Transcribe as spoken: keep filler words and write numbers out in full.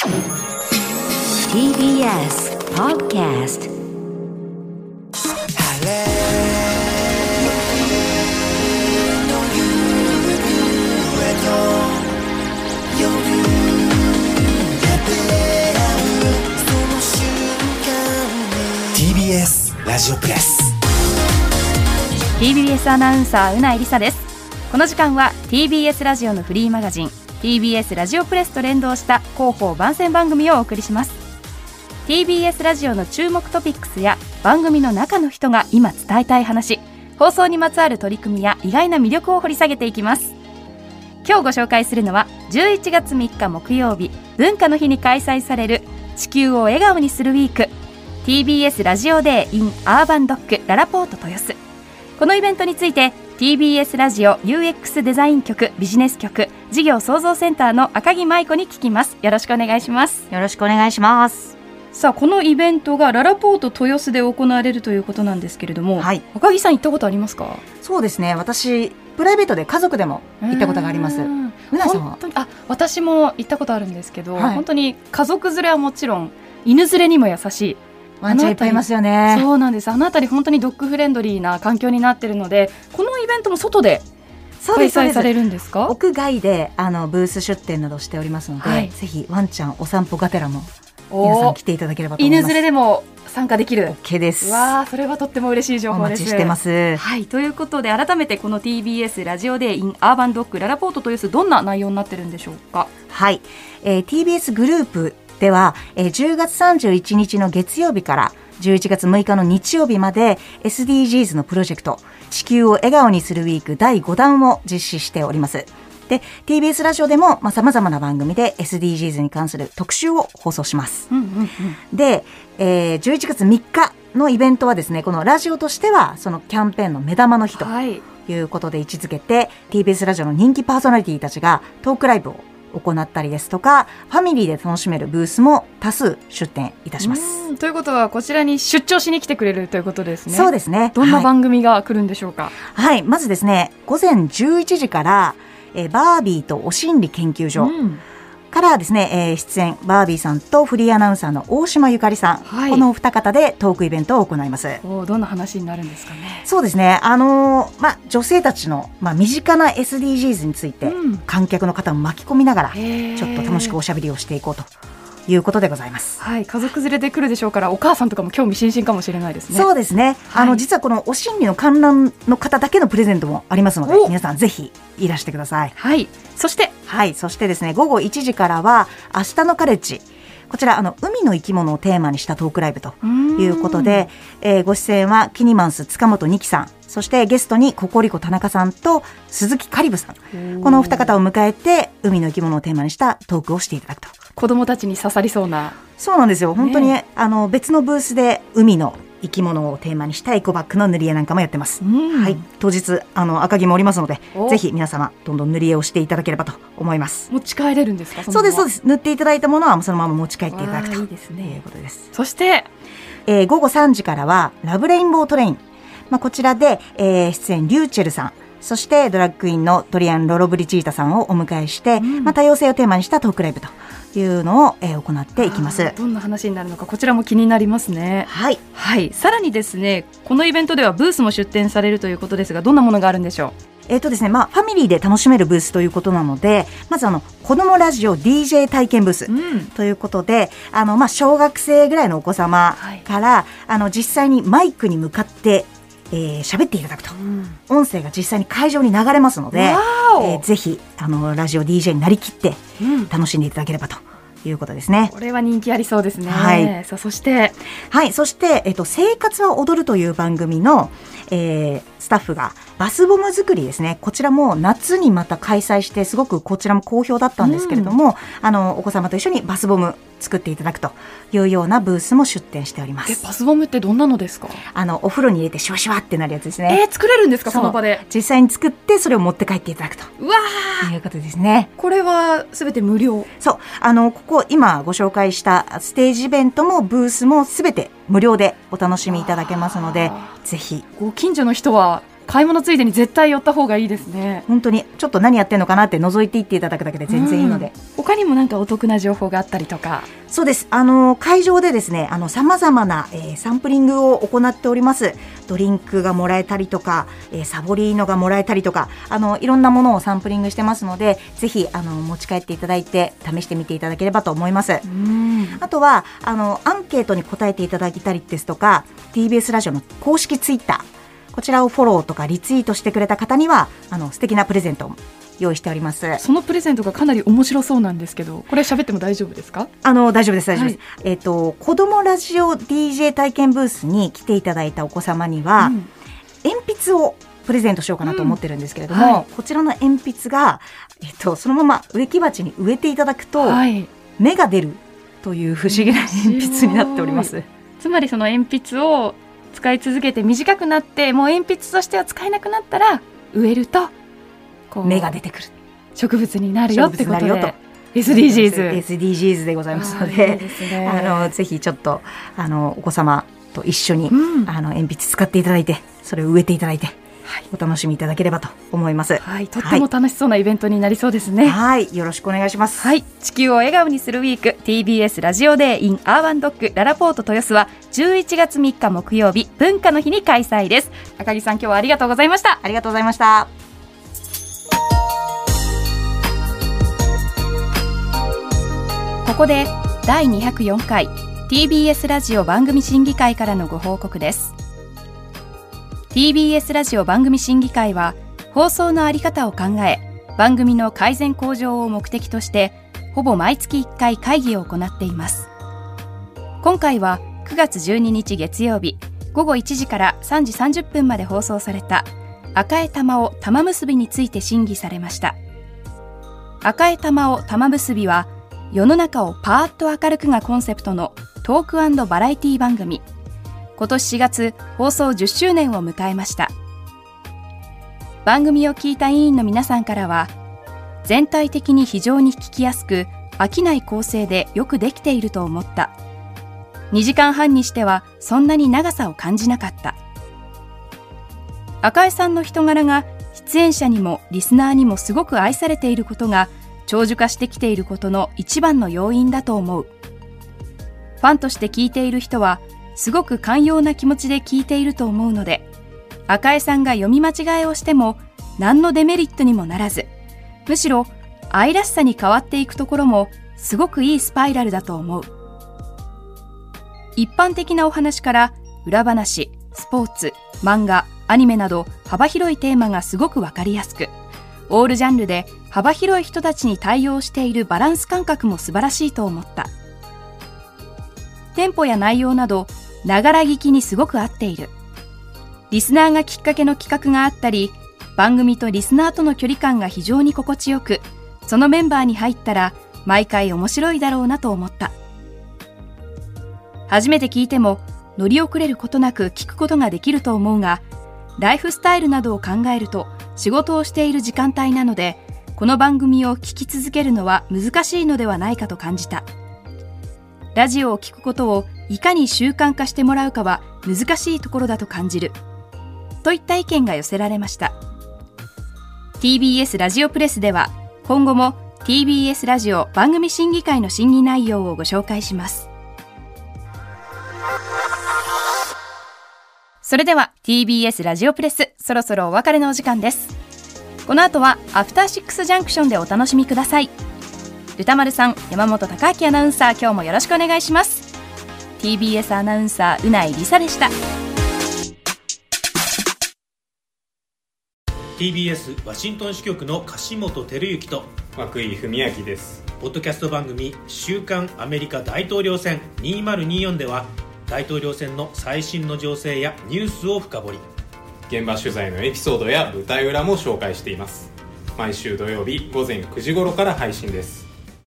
ティービーエス Podcast。 ティービーエス ラジオプレス。 ティービーエス アナウンサーうないりさです。この時間は ティービーエス ラジオのフリーマガジン ティービーエス ラジオプレスと連動した広報番宣番組をお送りします。 ティービーエス ラジオの注目トピックスや番組の中の人が今伝えたい話、放送にまつわる取り組みや意外な魅力を掘り下げていきます。今日ご紹介するのはじゅういちがつみっか木曜日、文化の日に開催される地球を笑顔にするウィーク ティービーエス ラジオデー in アーバンドックララポート豊洲。このイベントについて ティービーエス ラジオ ユーエックス デザイン局ビジネス局事業創造センターの赤木舞子に聞きます。よろしくお願いします。 よろしくお願いします。 さあ、このイベントがララポート豊洲で行われるということなんですけれども、はい、赤木さん行ったことありますか？ そうですね、私プライベートで家族でも行ったことがあります。うなさんは？ 本当にあ私も行ったことあるんですけど、 はい、 本当に家族連れはもちろん犬連れにも優しいワンちゃんいっぱいいますよね。 そうなんです。あのあたり本当にドッグフレンドリーな環境になっているので、このイベントも外で開催されるんですか？ 屋外であのブース出店などしておりますので、はい、ぜひワンちゃんお散歩がてらも皆さん来ていただければと思います。 犬連れでも参加できる OK です。 わー、それはとっても嬉しい情報です。 お待ちしてます。 はい、ということで改めてこの ティービーエス ラジオデー in アーバンドックララポート豊洲、どんな内容になってるんでしょうか？ はい、えー、ティービーエス グループでは、えー、じゅうがつさんじゅういちにちの月曜日からじゅういちがつむいかの日曜日まで エスディージーズ のプロジェクト地球を笑顔にするウィークだいごだんを実施しております。で ティービーエス ラジオでもさまざ、まな番組で エスディージーズ に関する特集を放送します、うんうんうん、で、えー、じゅういちがつみっかのイベントはですね、このラジオとしてはそのキャンペーンの目玉の日ということで位置づけて、はい、ティービーエス ラジオの人気パーソナリティたちがトークライブを行ったりですとか、ファミリーで楽しめるブースも多数出展いたします。 ということはこちらに出張しに来てくれるということですね。 そうですね。 どんな番組が来るんでしょうか？ はい、はい、まずですね、ごぜんじゅういちじからえー、バービーとお心理研究所からですね、えー、出演バービーさんとフリーアナウンサーの大島ゆかりさん、はい、このお二方でトークイベントを行います。 お、どんな話になるんですかね？ そうですね、あのーまあ、女性たちの、まあ、身近な エスディージーズ について、うん、観客の方も巻き込みながらちょっと楽しくおしゃべりをしていこうということでございます。 はい、家族連れで来るでしょうから、お母さんとかも興味津々かもしれないですね。 そうですね、はい、あの実はこのお心理の観覧の方だけのプレゼントもありますので、皆さんぜひいらしてください。 はい、そしてはいそしてですね、ごごいちじからは明日のカレッジ、こちらあの海の生き物をテーマにしたトークライブということで、えー、ご出演はキニマンス塚本二木さん、そしてゲストにココリコ田中さんと鈴木カリブさん、このお二方を迎えて海の生き物をテーマにしたトークをしていただくと。 子どもたちに刺さりそうな。 そうなんですよ、本当に、ね、あの別のブースで海の生き物をテーマにしたエコバッグの塗り絵なんかもやってます、はい、当日あの赤木もおりますので、ぜひ皆様どんどん塗り絵をしていただければと思います。 持ち帰れるんですか？ そうですそうです、塗っていただいたものはそのまま持ち帰っていただくということです。 そして、 えー、ごごさんじからはラブレインボートレイン、まあ、こちらで、えー、出演リューチェルさん、そしてドラッグクイーンのドリアン・ロロブリチータさんをお迎えして、うん、まあ、多様性をテーマにしたトークライブというのを、えー、行っていきます。 どんな話になるのかこちらも気になりますね。 はい、 はい、さらにですね、このイベントではブースも出展されるということですが、どんなものがあるんでしょう？ えーとですねまあ、ファミリーで楽しめるブースということなので、まずあの子どもラジオ ディージェー 体験ブースということで、うん、あのまあ小学生ぐらいのお子様から、はい、あの実際にマイクに向かってえー、喋っていただくと、うん、音声が実際に会場に流れますので、えー、ぜひあのラジオ ディージェー になりきって楽しんでいただければということですね。 これは人気ありそうですね。 はい、 さあそして、 はい、そして、えっと、生活は踊るという番組の、えー、スタッフがバスボム作りですね、こちらも夏にまた開催して、すごくこちらも好評だったんですけれども、うん、あのお子様と一緒にバスボム作っていただくというようなブースも出展しております。 え、バスボムってどんなのですか？ あのお風呂に入れてシュワシュワってなるやつですね。 えー、作れるんですか？その場で実際に作ってそれを持って帰っていただくとうわいうことですね。 これはすべて無料？ そう、あのここ今ご紹介したステージイベントもブースもすべて無料でお楽しみいただけますので、ぜひご近所の人は買い物ついでに絶対寄った方がいいですね。 本当にちょっと何やってんのかなって覗いていっていただくだけで全然いいので、 うん、他にもなんかお得な情報があったりとか。 そうです、あの会場でですね、あの様々な、えー、サンプリングを行っております。ドリンクがもらえたりとか、えー、サボリーノがもらえたりとか、あのいろんなものをサンプリングしてますので、ぜひあの持ち帰っていただいて試してみていただければと思います。うん、あとはあのアンケートに答えていただいたりですとか、 ティービーエス ラジオの公式ツイッター、こちらをフォローとかリツイートしてくれた方にはあの素敵なプレゼントを用意しております。 そのプレゼントがかなり面白そうなんですけど、これ喋っても大丈夫ですか？ あの大丈夫です大丈夫です、 はい、 えーと、子どもラジオ ディージェー 体験ブースに来ていただいたお子様には、うん、鉛筆をプレゼントしようかなと思ってるんですけれども、うんはい、こちらの鉛筆が、えーと、そのまま植木鉢に植えていただくと、はい、芽が出るという不思議な鉛筆になっております。 つまりその鉛筆を使い続けて短くなって、もう鉛筆としては使えなくなったら植えるとこう芽が出てくる、 植物になるよってことで エスディージーズエスディージーズ でございますので、あのぜひちょっとあのお子様と一緒に、うん、あの鉛筆使っていただいて、それを植えていただいて、はい、お楽しみいただければと思います。 はい、とっても楽しそうなイベントになりそうですね。 はい、よろしくお願いします。 はい、地球を笑顔にするウィーク ティービーエス ラジオデー in アーバンドッグララポート豊洲はじゅういちがつみっか木曜日、文化の日に開催です。赤木さん、今日はありがとうございました。 ありがとうございました。 ここでだいにひゃくよんかい ティービーエス ラジオ番組審議会からのご報告です。 ティービーエス ラジオ番組審議会は放送のあり方を考え、番組の改善向上を目的としてほぼ毎月いっかい会議を行っています。今回はくがつじゅうににち月曜日ごごいちじからさんじさんじゅっぷんまで放送された赤江玉緒玉結びについて審議されました。赤江玉緒玉結びは世の中をパーッと明るくがコンセプトのトーク&バラエティ番組。今年しがつ放送じゅっしゅうねんを迎えました。番組を聞いた委員の皆さんからは、全体的に非常に聞きやすく飽きない構成でよくできていると思った。にじかんはんにしてはそんなに長さを感じなかった。赤江さんの人柄が出演者にもリスナーにもすごく愛されていることが長寿化してきていることの一番の要因だと思う。ファンとして聞いている人はすごく寛容な気持ちで聞いていると思うので、赤江さんが読み間違いをしても何のデメリットにもならず、むしろ愛らしさに変わっていくところもすごくいいスパイラルだと思う。一般的なお話から裏話、スポーツ、漫画、アニメなど幅広いテーマがすごくわかりやすく、オールジャンルで幅広い人たちに対応しているバランス感覚も素晴らしいと思った。テンポや内容などながら聞きにすごく合っている。リスナーがきっかけの企画があったり、番組とリスナーとの距離感が非常に心地よく、そのメンバーに入ったら毎回面白いだろうなと思った。初めて聞いても乗り遅れることなく聞くことができると思うが、ライフスタイルなどを考えると仕事をしている時間帯なので、この番組を聞き続けるのは難しいのではないかと感じた。ラジオを聞くことをいかに習慣化してもらうかは難しいところだと感じる。といった意見が寄せられました。ティービーエス ラジオプレスでは今後も ティービーエス ラジオ番組審議会の審議内容をご紹介します。それでは ティービーエス ラジオプレス、そろそろお別れのお時間です。この後はアフターシックスジャンクションでお楽しみください。歌丸さん、山本貴明アナウンサー、今日もよろしくお願いします。 ティービーエス アナウンサー、うないりさでした。 ティービーエス ワシントン支局の樫本照之と涌井文明です。 ポッドキャスト番組週刊アメリカ大統領選にせんにじゅうよんでは、大統領選の最新の情勢やニュースを深掘り、 現場取材のエピソードや舞台裏も紹介しています。毎週土曜日ごぜんくじ頃から配信です。